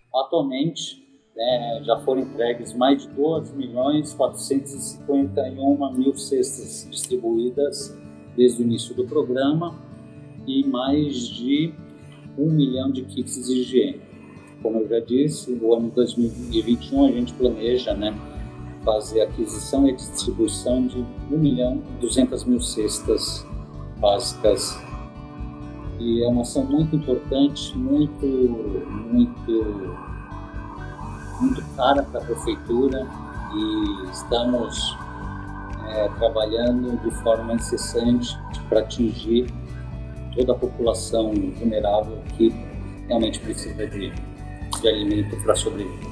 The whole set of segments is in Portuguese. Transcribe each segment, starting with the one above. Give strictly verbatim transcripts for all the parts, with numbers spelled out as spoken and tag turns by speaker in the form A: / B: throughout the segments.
A: Atualmente, é, já foram entregues mais de dois milhões quatrocentos e cinquenta e um mil cestas distribuídas desde o início do programa e mais de um milhão de kits de higiene. Como eu já disse, no ano dois mil e vinte e um a gente planeja, né, fazer aquisição e distribuição de um milhão e duzentas mil cestas básicas. E é uma ação muito importante, muito, muito, muito cara para a prefeitura e estamos é, trabalhando de forma incessante para atingir toda a população vulnerável que realmente precisa de, de alimento para sobreviver.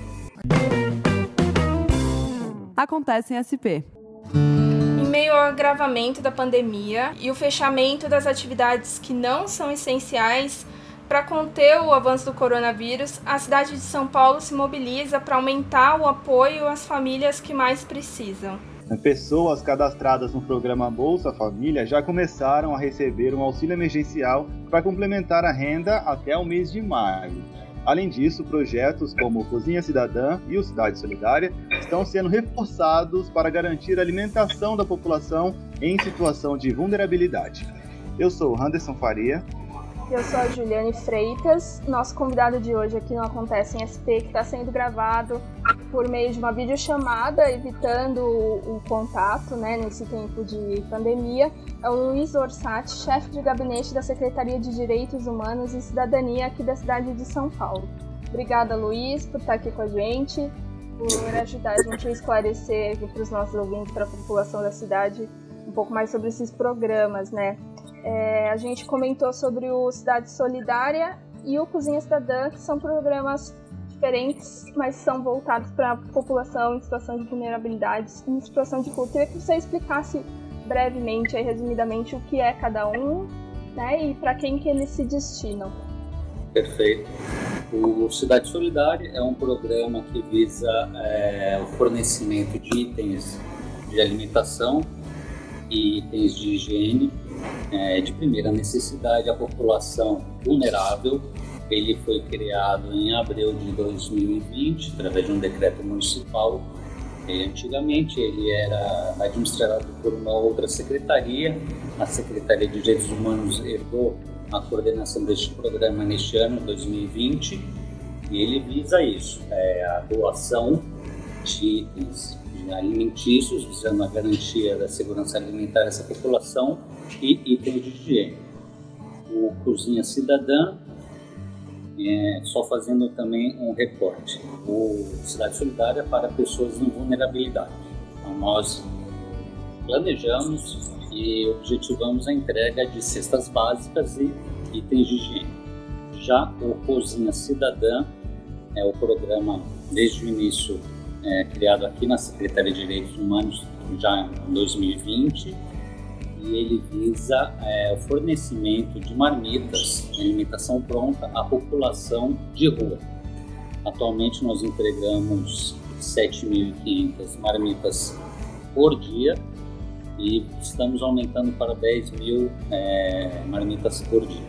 B: Acontece em S P.
C: Em meio ao agravamento da pandemia e o fechamento das atividades que não são essenciais para conter o avanço do coronavírus, a cidade de São Paulo se mobiliza para aumentar o apoio às famílias que mais precisam.
D: Pessoas cadastradas no programa Bolsa Família já começaram a receber um auxílio emergencial para complementar a renda até o mês de maio. Além disso, projetos como o Cozinha Cidadã e o Cidade Solidária estão sendo reforçados para garantir a alimentação da população em situação de vulnerabilidade. Eu sou o Anderson Faria.
C: Eu sou a Juliane Freitas. Nosso convidado de hoje aqui no Acontece em S P, que está sendo gravado por meio de uma videochamada, evitando o, o contato, né, nesse tempo de pandemia, é o Luiz Orsatti, chefe de gabinete da Secretaria de Direitos Humanos e Cidadania aqui da cidade de São Paulo. Obrigada, Luiz, por estar aqui com a gente, por ajudar a gente a esclarecer aqui para os nossos ouvintes, para a população da cidade, um pouco mais sobre esses programas, né? É, a gente comentou sobre o Cidade Solidária e o Cozinha Cidadã, que são programas diferentes, mas são voltados para a população em situação de vulnerabilidade, em situação de rua. Eu queria que você explicasse brevemente, aí, resumidamente, o que é cada um, né, e para quem que eles se destinam.
A: Perfeito. O Cidade Solidária é um programa que visa é, o fornecimento de itens de alimentação e itens de higiene é, de primeira necessidade à população vulnerável. Ele foi criado em abril de dois mil e vinte, através de um decreto municipal. E, antigamente ele era administrado por uma outra secretaria. A Secretaria de Direitos Humanos herdou a coordenação deste programa neste ano, dois mil e vinte, e ele visa isso, é, a doação de itens alimentícios, visando a garantia da segurança alimentar dessa população, e itens de higiene. O Cozinha Cidadã, é, só fazendo também um recorte, o Cidade Solidária para pessoas em vulnerabilidade. Então nós planejamos e objetivamos a entrega de cestas básicas e itens de higiene. Já o Cozinha Cidadã é o programa desde o início é, criado aqui na Secretaria de Direitos Humanos já em dois mil e vinte, e ele visa é, o fornecimento de marmitas, de alimentação pronta à população de rua. Atualmente nós entregamos sete mil e quinhentas marmitas por dia e estamos aumentando para dez mil é, marmitas por dia.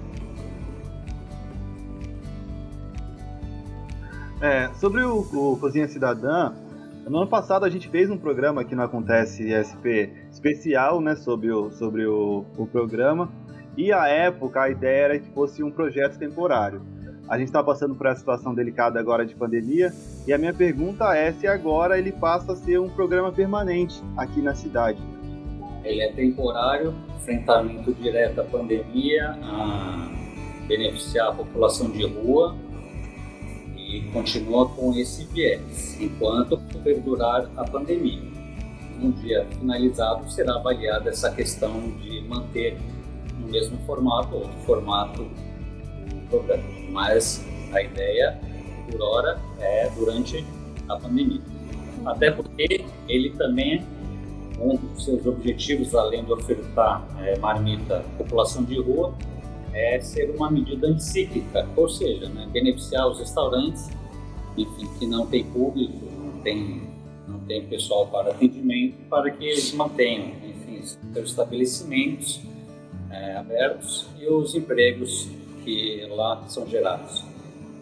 D: É, sobre o, o Cozinha Cidadã, no ano passado a gente fez um programa aqui no Acontece S P especial, né, sobre, o, sobre o, o programa, e à época a ideia era que fosse um projeto temporário. A gente está passando por essa situação delicada agora de pandemia, e a minha pergunta é se agora ele passa a ser um programa permanente aqui na cidade.
A: Ele é temporário, enfrentamento direto à pandemia, a beneficiar a população de rua, e continua com esse viés, enquanto perdurar a pandemia. Um dia finalizado, será avaliada essa questão de manter no mesmo formato ou outro formato o programa. Mas a ideia, por hora, é durante a pandemia. Até porque ele também, um dos seus objetivos, além de ofertar é, marmita à população de rua, é ser uma medida anticíclica, ou seja, né, beneficiar os restaurantes, enfim, que não tem público, não tem, não tem pessoal para atendimento, para que eles mantenham, enfim, seus estabelecimentos é, abertos e os empregos que lá são gerados.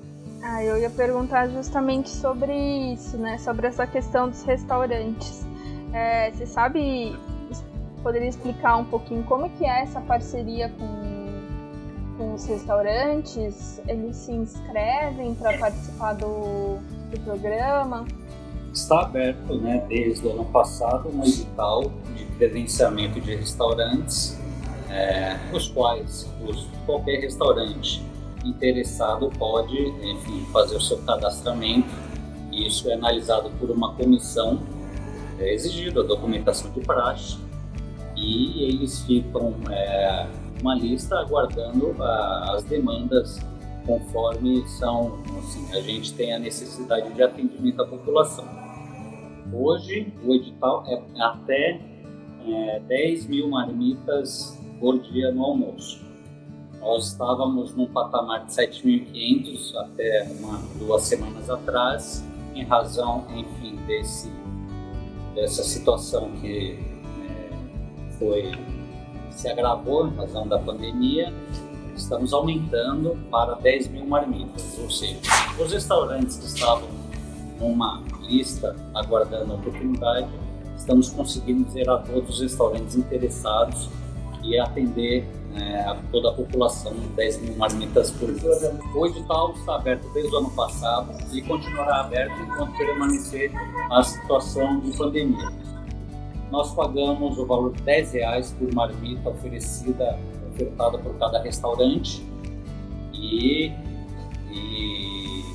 C: Ah, eu ia perguntar justamente sobre isso, né? Sobre essa questão dos restaurantes. É, você sabe, poderia explicar um pouquinho como que é essa parceria com, com os restaurantes? Eles se inscrevem para participar do, do programa?
A: Está aberto, né, desde o ano passado, um edital de credenciamento de restaurantes, é, os quais os, qualquer restaurante interessado pode, enfim, fazer o seu cadastramento. Isso é analisado por uma comissão, é exigido a documentação de praxe, e eles ficam é, uma lista aguardando a, as demandas conforme são, assim, a gente tem a necessidade de atendimento à população. Hoje o edital é até é, dez mil marmitas por dia no almoço. Nós estávamos num patamar de sete mil e quinhentos até uma, duas semanas atrás, em razão, enfim, desse, dessa situação que é, foi, se agravou em razão da pandemia. Estamos aumentando para dez mil marmitas, ou seja, os restaurantes que estavam numa lista aguardando a oportunidade, estamos conseguindo zerar todos os restaurantes interessados e atender é, a toda a população, dez mil marmitas por dia. O edital está aberto desde o ano passado e continuará aberto enquanto permanecer a situação de pandemia. Nós pagamos o valor de dez reais por marmita oferecida, ofertada por cada restaurante e, e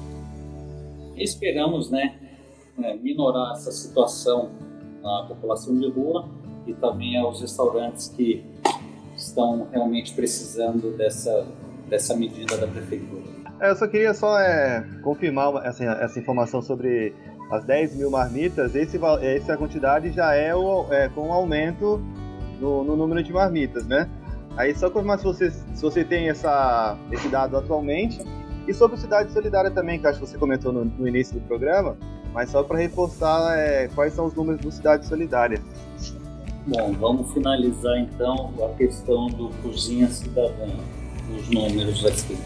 A: esperamos, né, minorar essa situação à população de rua e também aos restaurantes que estão realmente precisando dessa, dessa medida da prefeitura.
D: Eu só queria só é, confirmar essa, essa informação sobre as dez mil marmitas. Esse, essa quantidade já é, o, é com o aumento no, no número de marmitas, né? Aí só confirmar se você, se você tem essa, esse dado atualmente. E sobre o Cidade Solidária também, que acho que você comentou no, no início do programa, mas só para reforçar é, quais são os números do Cidade Solidária.
A: Bom, vamos finalizar então a questão do Cozinha Cidadã, os números aqui.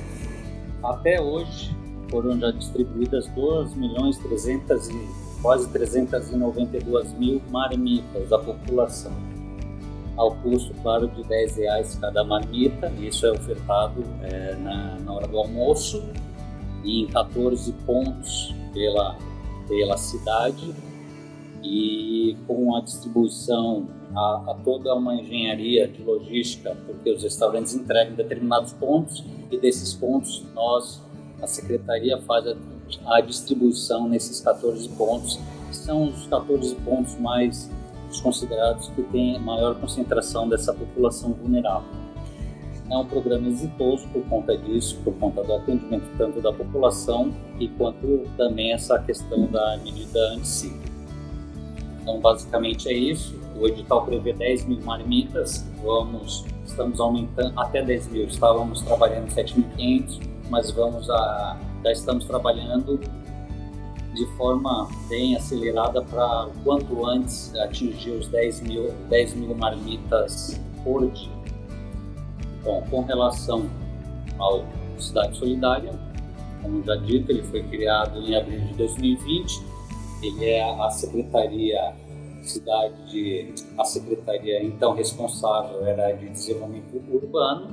A: Até hoje foram já distribuídas dois milhões trezentos e quase trezentos e noventa e dois mil marmitas à população, ao custo, claro, de dez reais cada marmita. Isso é ofertado é, na, na hora do almoço e em quatorze pontos pela, pela cidade, e com a distribuição a, a toda uma engenharia de logística, porque os restaurantes entregam em determinados pontos e desses pontos nós, a Secretaria, faz a, a distribuição nesses quatorze pontos, que são os quatorze pontos mais os considerados que têm maior concentração dessa população vulnerável. É um programa exitoso por conta disso, por conta do atendimento tanto da população e quanto também essa questão da medida anticíclica. Então, basicamente é isso. O edital prevê dez mil marmitas, vamos, estamos aumentando até dez mil, estávamos trabalhando sete mil e quinhentos, mas vamos a, já estamos trabalhando de forma bem acelerada para o quanto antes atingir os dez mil, dez mil marmitas por dia. Bom, com relação ao Cidade Solidária, como já dito, ele foi criado em abril de dois mil e vinte. Ele é a secretaria cidade, a secretaria então responsável era de desenvolvimento urbano.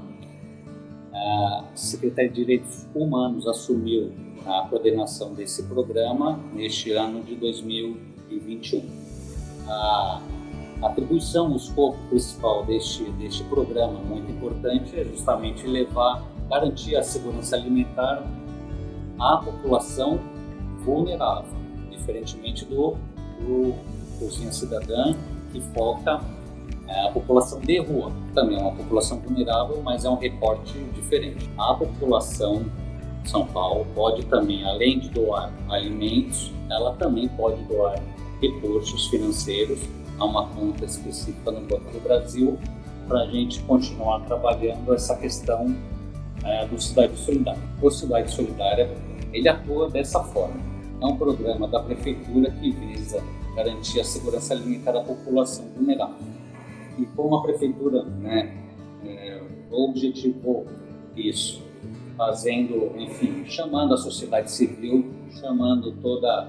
A: A Secretaria de Direitos Humanos assumiu a coordenação desse programa neste ano de dois mil e vinte e um. A atribuição, o escopo principal deste, deste programa, muito importante, é justamente levar, garantir a segurança alimentar à população vulnerável, diferentemente do, do Cozinha Cidadã, que foca é, a população de rua, também é uma população vulnerável, mas é um recorte diferente. A população de São Paulo pode também, além de doar alimentos, ela também pode doar recursos financeiros a uma conta específica no Banco do Brasil, para a gente continuar trabalhando essa questão é, do Cidade Solidária. O Cidade Solidária, ele atua dessa forma. É um programa da Prefeitura que visa garantir a segurança alimentar da população vulnerável. E como a Prefeitura, né, é, objetivou isso fazendo, enfim, chamando a sociedade civil, chamando toda,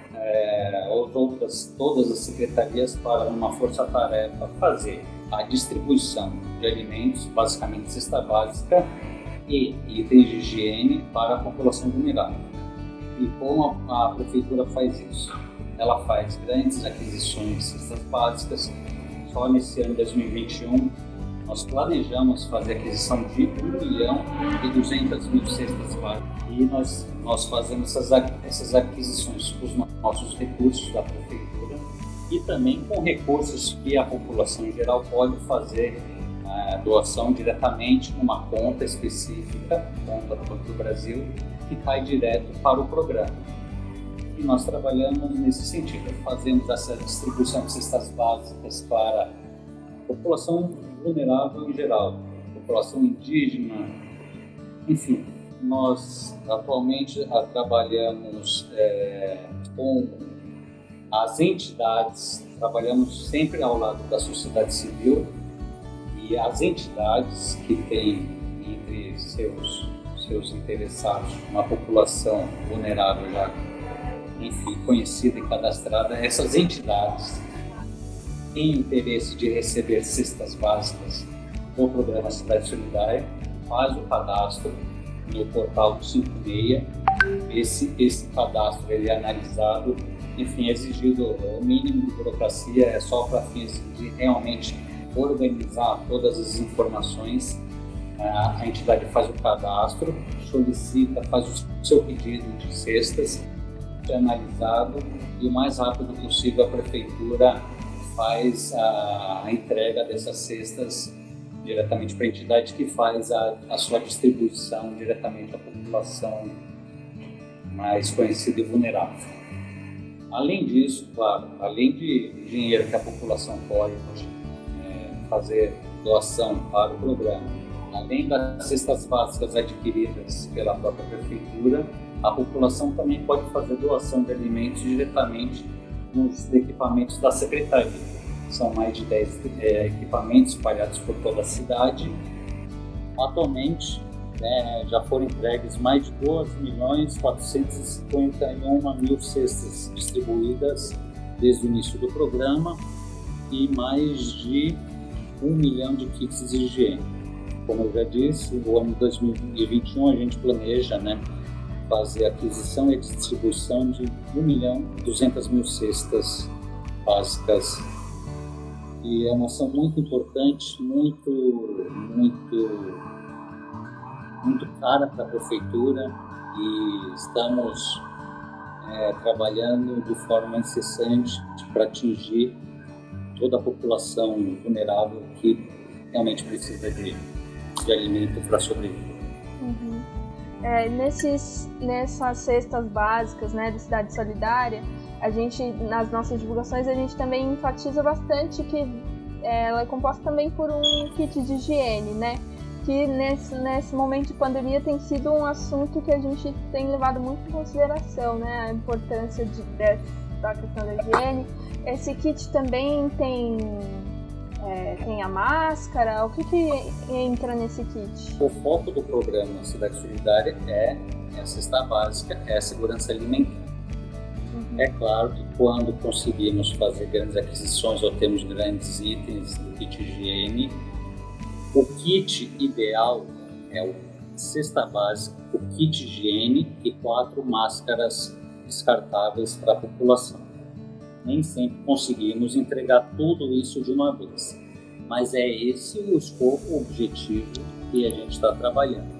A: é, outras, todas as secretarias para uma força-tarefa fazer a distribuição de alimentos, basicamente cesta básica e itens de higiene para a população vulnerável. E como a, a prefeitura faz isso? Ela faz grandes aquisições de cestas básicas. Só nesse ano de dois mil e vinte e um, nós planejamos fazer a aquisição de um milhão e duzentas mil cestas básicas. E nós, nós fazemos essas, essas aquisições com os nossos recursos da prefeitura e também com recursos que a população em geral pode fazer a doação diretamente numa conta específica, conta do Banco do Brasil, que cai direto para o programa. E nós trabalhamos nesse sentido, fazemos essa distribuição de cestas básicas para a população vulnerável em geral, população indígena, enfim. Nós atualmente trabalhamos é, com as entidades, trabalhamos sempre ao lado da sociedade civil e as entidades que têm entre seus, seus interessados uma população vulnerável já, enfim, conhecida e cadastrada. Essas entidades têm interesse de receber cestas básicas do programa Cidade Solidária, faz o cadastro no portal cinquenta e seis. Esse, esse cadastro ele é analisado, enfim, é exigido o mínimo de burocracia, é só para fins de realmente organizar todas as informações. A entidade faz o cadastro, solicita, faz o seu pedido de cestas, é analisado e o mais rápido possível a prefeitura faz a, a entrega dessas cestas diretamente para a entidade que faz a, a sua distribuição diretamente à população mais conhecida e vulnerável. Além disso, claro, além de dinheiro que a população pode é, fazer doação para o programa, além das cestas básicas adquiridas pela própria prefeitura, a população também pode fazer doação de alimentos diretamente nos equipamentos da secretaria. São mais de dez é, equipamentos espalhados por toda a cidade. Atualmente, né, já foram entregues mais de dois milhões quatrocentos e cinquenta e uma mil cestas distribuídas desde o início do programa e mais de um milhão de kits de higiene. Como eu já disse, no ano de dois mil e vinte e um a gente planeja, né, fazer a aquisição e distribuição de um milhão e duzentas mil cestas básicas. E é uma ação muito importante, muito, muito, muito cara para a prefeitura e estamos é, trabalhando de forma incessante para atingir toda a população vulnerável que realmente precisa de, de alimento para sobreviver.
C: Uhum. É, nesses, nessas cestas básicas, né, do Cidade Solidária, a gente, nas nossas divulgações, a gente também enfatiza bastante que é, ela é composta também por um kit de higiene, né? Que nesse, nesse momento de pandemia tem sido um assunto que a gente tem levado muito em consideração, né? A importância de, de, da questão da higiene. Esse kit também tem, é, tem a máscara. O que, que entra nesse kit?
A: O foco do programa Cidade Solidária é a cesta básica, é a segurança alimentar. É claro que quando conseguimos fazer grandes aquisições ou temos grandes itens do kit higiene, o kit ideal é o cesta básica, o kit higiene e quatro máscaras descartáveis para a população. Nem sempre conseguimos entregar tudo isso de uma vez, mas é esse o escopo, o objetivo que a gente está trabalhando.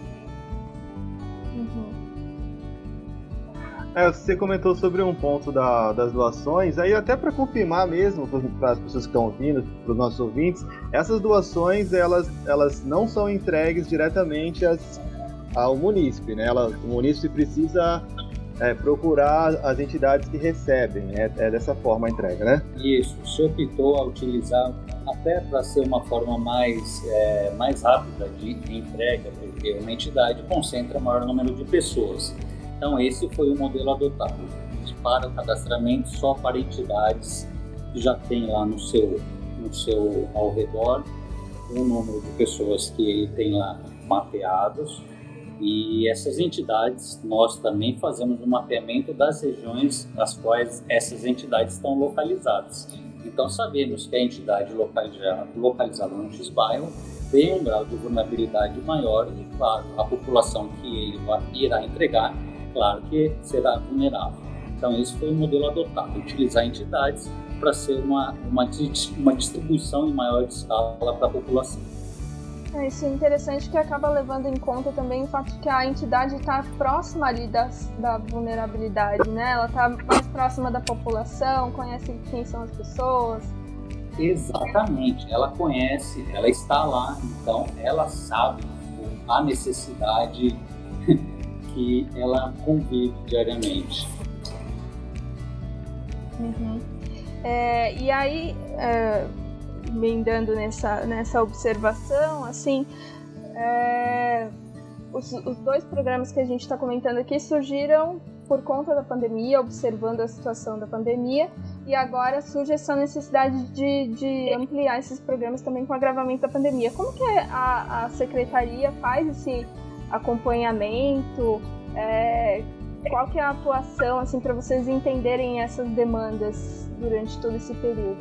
D: É, você comentou sobre um ponto da, das doações, aí até para confirmar mesmo para as pessoas que estão ouvindo, para os nossos ouvintes, essas doações elas, elas não são entregues diretamente às, ao munícipe, né? Ela, o munícipe precisa é, procurar as entidades que recebem, né? É dessa forma a entrega, né?
A: Isso, se optou a utilizar até para ser uma forma mais, é, mais rápida de, de entrega, porque uma entidade concentra maior número de pessoas. Então, esse foi o modelo adotado para o cadastramento só para entidades que já têm lá no seu, no seu ao redor um número de pessoas que ele tem lá mapeados E essas entidades, nós também fazemos um mapeamento das regiões nas quais essas entidades estão localizadas. Então, sabemos que a entidade localizada, localizada no X-bairro tem um grau de vulnerabilidade maior e, claro, a população que ele vai, irá entregar, claro que será vulnerável. Então, esse foi o modelo adotado, utilizar entidades para ser uma, uma, uma distribuição em maior escala para a população.
C: É, isso é interessante, que acaba levando em conta também o fato de que a entidade está próxima ali das, da vulnerabilidade, né? Ela está mais próxima da população, conhece quem são as pessoas.
A: Exatamente, ela conhece, ela está lá, então ela sabe a necessidade que ela convive diariamente.
C: Uhum. É, e aí, é, emendando nessa, nessa observação, assim, é, os, os dois programas que a gente está comentando aqui surgiram por conta da pandemia, observando a situação da pandemia, e agora surge essa necessidade de, de ampliar esses programas também com o agravamento da pandemia. Como que a, a Secretaria faz esse acompanhamento? É, qual que é a atuação, assim, para vocês entenderem essas demandas durante todo esse período?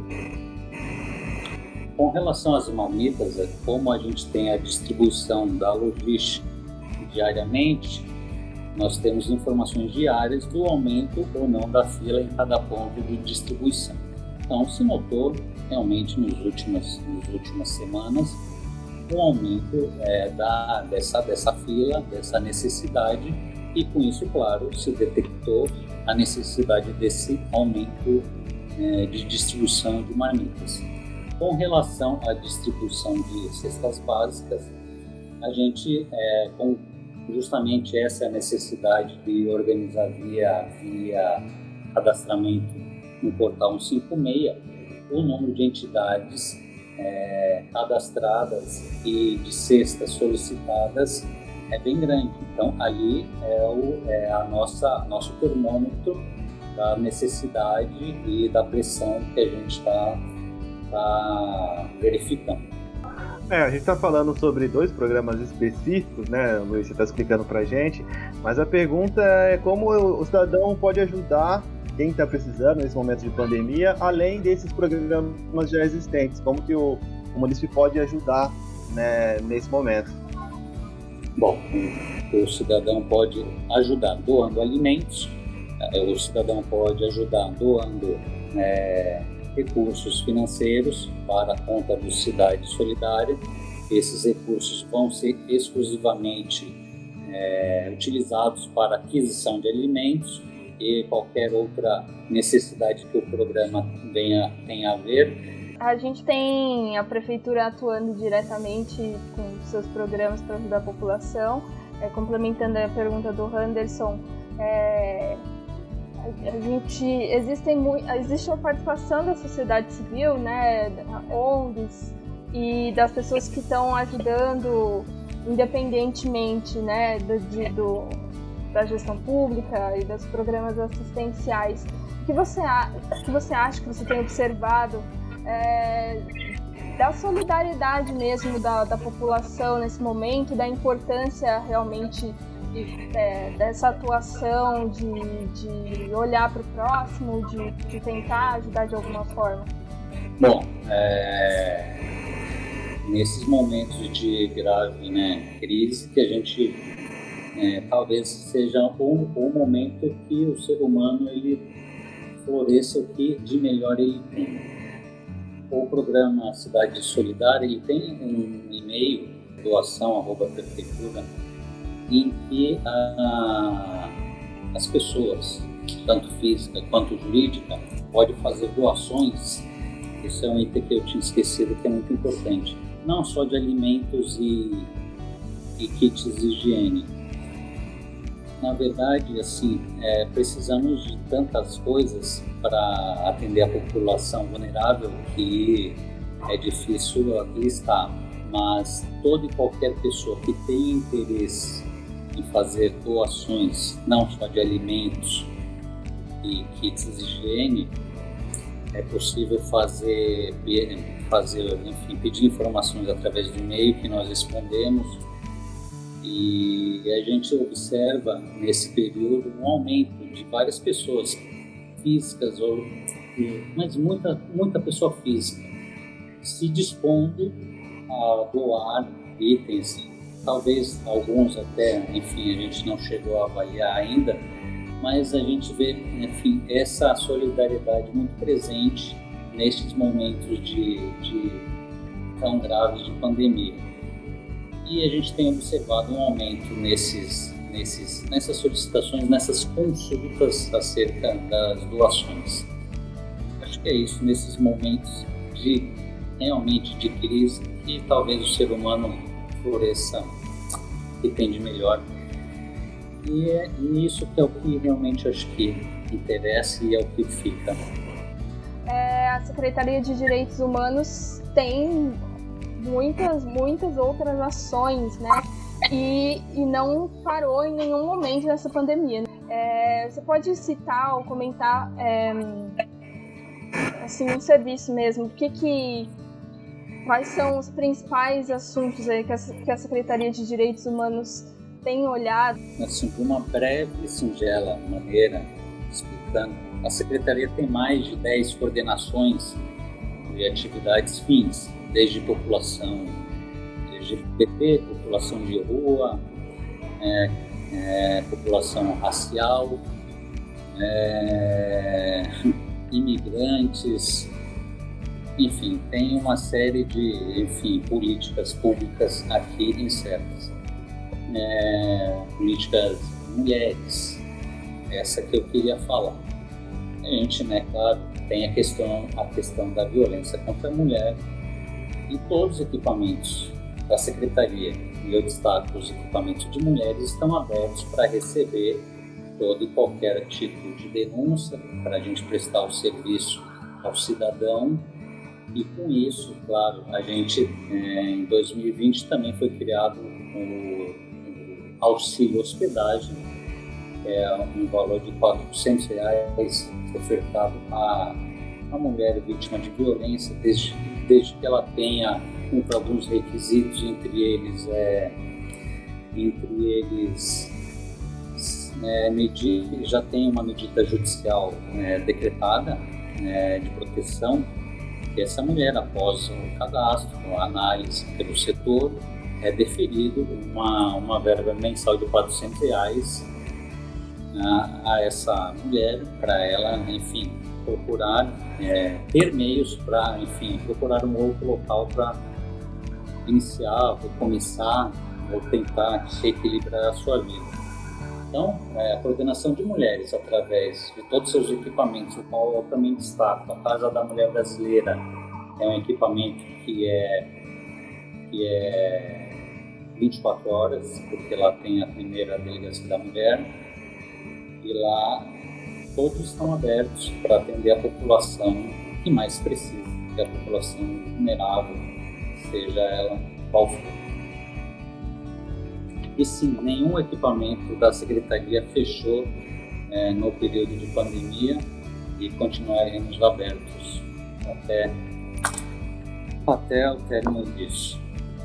A: Com relação às marmitas, como a gente tem a distribuição da logística diariamente, nós temos informações diárias do aumento ou não da fila em cada ponto de distribuição. Então, se notou realmente nos últimas, nas últimas semanas um aumento é, da, dessa, dessa fila, dessa necessidade, e com isso, claro, se detectou a necessidade desse aumento é, de distribuição de marmitas. Com relação à distribuição de cestas básicas, a gente, é, com justamente essa necessidade de organizar via, via cadastramento no portal cento e cinquenta e seis, o número de entidades é, cadastradas e de cestas solicitadas é bem grande. Então, ali é, o, é a nossa nosso termômetro da necessidade e da pressão que a gente está tá verificando.
D: É, a gente está falando sobre dois programas específicos, né, Luiz, você está explicando para a gente, mas a pergunta é como o cidadão pode ajudar quem está precisando nesse momento de pandemia, além desses programas já existentes, como que o, o município pode ajudar, né, nesse momento?
A: Bom, o cidadão pode ajudar doando alimentos, o cidadão pode ajudar doando é, recursos financeiros para a conta do Cidade Solidária. Esses recursos vão ser exclusivamente é, utilizados para aquisição de alimentos e qualquer outra necessidade que o programa venha, tenha a ver.
C: A gente tem a Prefeitura atuando diretamente com seus programas para ajudar a população. É, complementando a pergunta do Anderson, é, a gente, existem, existe a participação da sociedade civil, né, O N Gs e das pessoas que estão ajudando independentemente, né, do, de, do, da gestão pública e dos programas assistenciais. O que você, o que você acha, que você tem observado é, da solidariedade mesmo da, da população nesse momento, da importância realmente É, dessa atuação de, de olhar para o próximo, de, de tentar ajudar de alguma forma?
A: Bom, é, nesses momentos de grave, né, crise, que a gente é, talvez seja o, o momento que o ser humano ele floresça o que de melhor ele tem. O programa Cidade Solidária ele tem um e-mail, doação arroba prefeitura, em que a, as pessoas, tanto física quanto jurídica, podem fazer doações. Esse é um item que eu tinha esquecido, que é muito importante. Não só de alimentos e, e kits de higiene. Na verdade, assim, é, precisamos de tantas coisas para atender a população vulnerável que é difícil listar. Mas toda e qualquer pessoa que tenha interesse em fazer doações, não só de alimentos e kits de higiene, é possível fazer, fazer enfim, pedir informações através do e-mail que nós respondemos E a gente observa nesse período um aumento de várias pessoas físicas, ou, mas muita, muita pessoa física, se dispondo a doar itens, talvez alguns até, enfim, a gente não chegou a avaliar ainda, mas a gente vê, enfim, essa solidariedade muito presente nestes momentos de, de tão graves de pandemia. E a gente tem observado um aumento nesses, nesses, nessas solicitações, nessas consultas acerca das doações. Acho que é isso, nesses momentos de realmente de crise, que talvez o ser humano floresça e tem de melhor. E é isso que é o que realmente acho que interessa e é o que fica.
C: É, a Secretaria de Direitos Humanos tem muitas, muitas outras ações, né? E, e não parou em nenhum momento nessa pandemia. É, você pode citar ou comentar é, assim, um serviço mesmo, o que que, quais são os principais assuntos aí que a, que a Secretaria de Direitos Humanos tem olhado?
A: Assim, de uma breve e singela maneira, explicando, a Secretaria tem mais de dez coordenações de atividades fins, desde população L G B T, população de rua, é, é, população racial, é, imigrantes, enfim, tem uma série de, enfim, políticas públicas aqui incertas. É, políticas mulheres, essa que eu queria falar. A gente, né, claro, tem a questão, a questão da violência contra a mulher, e todos os equipamentos da Secretaria, e eu destaco os equipamentos de mulheres, estão abertos para receber todo e qualquer tipo de denúncia, para a gente prestar o serviço ao cidadão. E com isso, claro, a gente, é, em dois mil e vinte, também foi criado o auxílio hospedagem, é um valor de quatrocentos reais ofertado a a mulher vítima de violência, desde, desde que ela tenha cumpra alguns requisitos, entre eles, é, entre eles é, medir, já tem uma medida judicial é, decretada é, de proteção, e essa mulher, após o cadastro, a análise pelo setor, é deferido uma, uma verba mensal de quatrocentos reais a, a essa mulher, para ela, enfim, procurar é, ter meios para, enfim, procurar um outro local para iniciar, recomeçar ou tentar equilibrar a sua vida. Então, é, a coordenação de mulheres através de todos os seus equipamentos, o qual eu também destaco, a Casa da Mulher Brasileira é um equipamento que é, que é vinte e quatro horas, porque lá tem a primeira delegacia da mulher, e lá todos estão abertos para atender a população que mais precisa, que é a população vulnerável, seja ela qual for. E sim, nenhum equipamento da Secretaria fechou é, no período de pandemia, e continuaremos abertos até, até o término disso.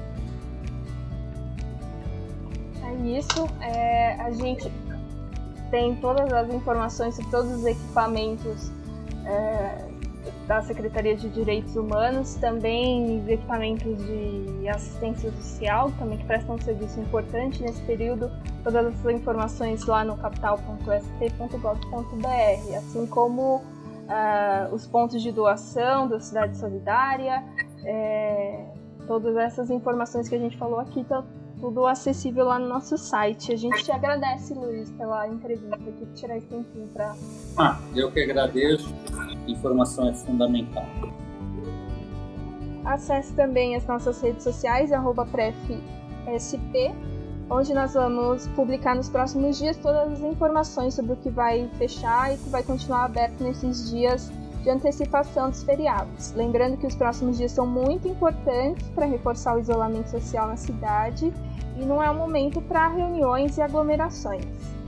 C: É isso, é, a gente tem todas as informações sobre todos os equipamentos é, da Secretaria de Direitos Humanos, também os equipamentos de assistência social, também que prestam um serviço importante nesse período. Todas essas informações lá no capital ponto s p ponto gov ponto b r, assim como uh, os pontos de doação da Cidade Solidária, é, todas essas informações que a gente falou aqui estão tudo acessível lá no nosso site. A gente te agradece, Luiz, pela entrevista, aqui, por tirar esse tempinho para...
A: Ah, eu que agradeço. Informação é fundamental.
C: Acesse também as nossas redes sociais, arroba prefsp, onde nós vamos publicar nos próximos dias todas as informações sobre o que vai fechar e que vai continuar aberto nesses dias de antecipação dos feriados. Lembrando que os próximos dias são muito importantes para reforçar o isolamento social na cidade e não é um momento para reuniões e aglomerações.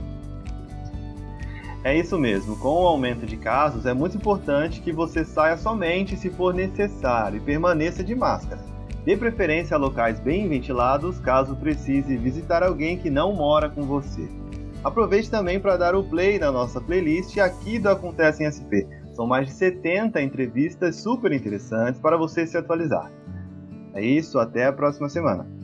D: É isso mesmo, com o aumento de casos é muito importante que você saia somente se for necessário e permaneça de máscara. Dê preferência a locais bem ventilados, caso precise visitar alguém que não mora com você. Aproveite também para dar o play na nossa playlist aqui do Acontece em S P. São mais de setenta entrevistas super interessantes para você se atualizar. É isso, até a próxima semana.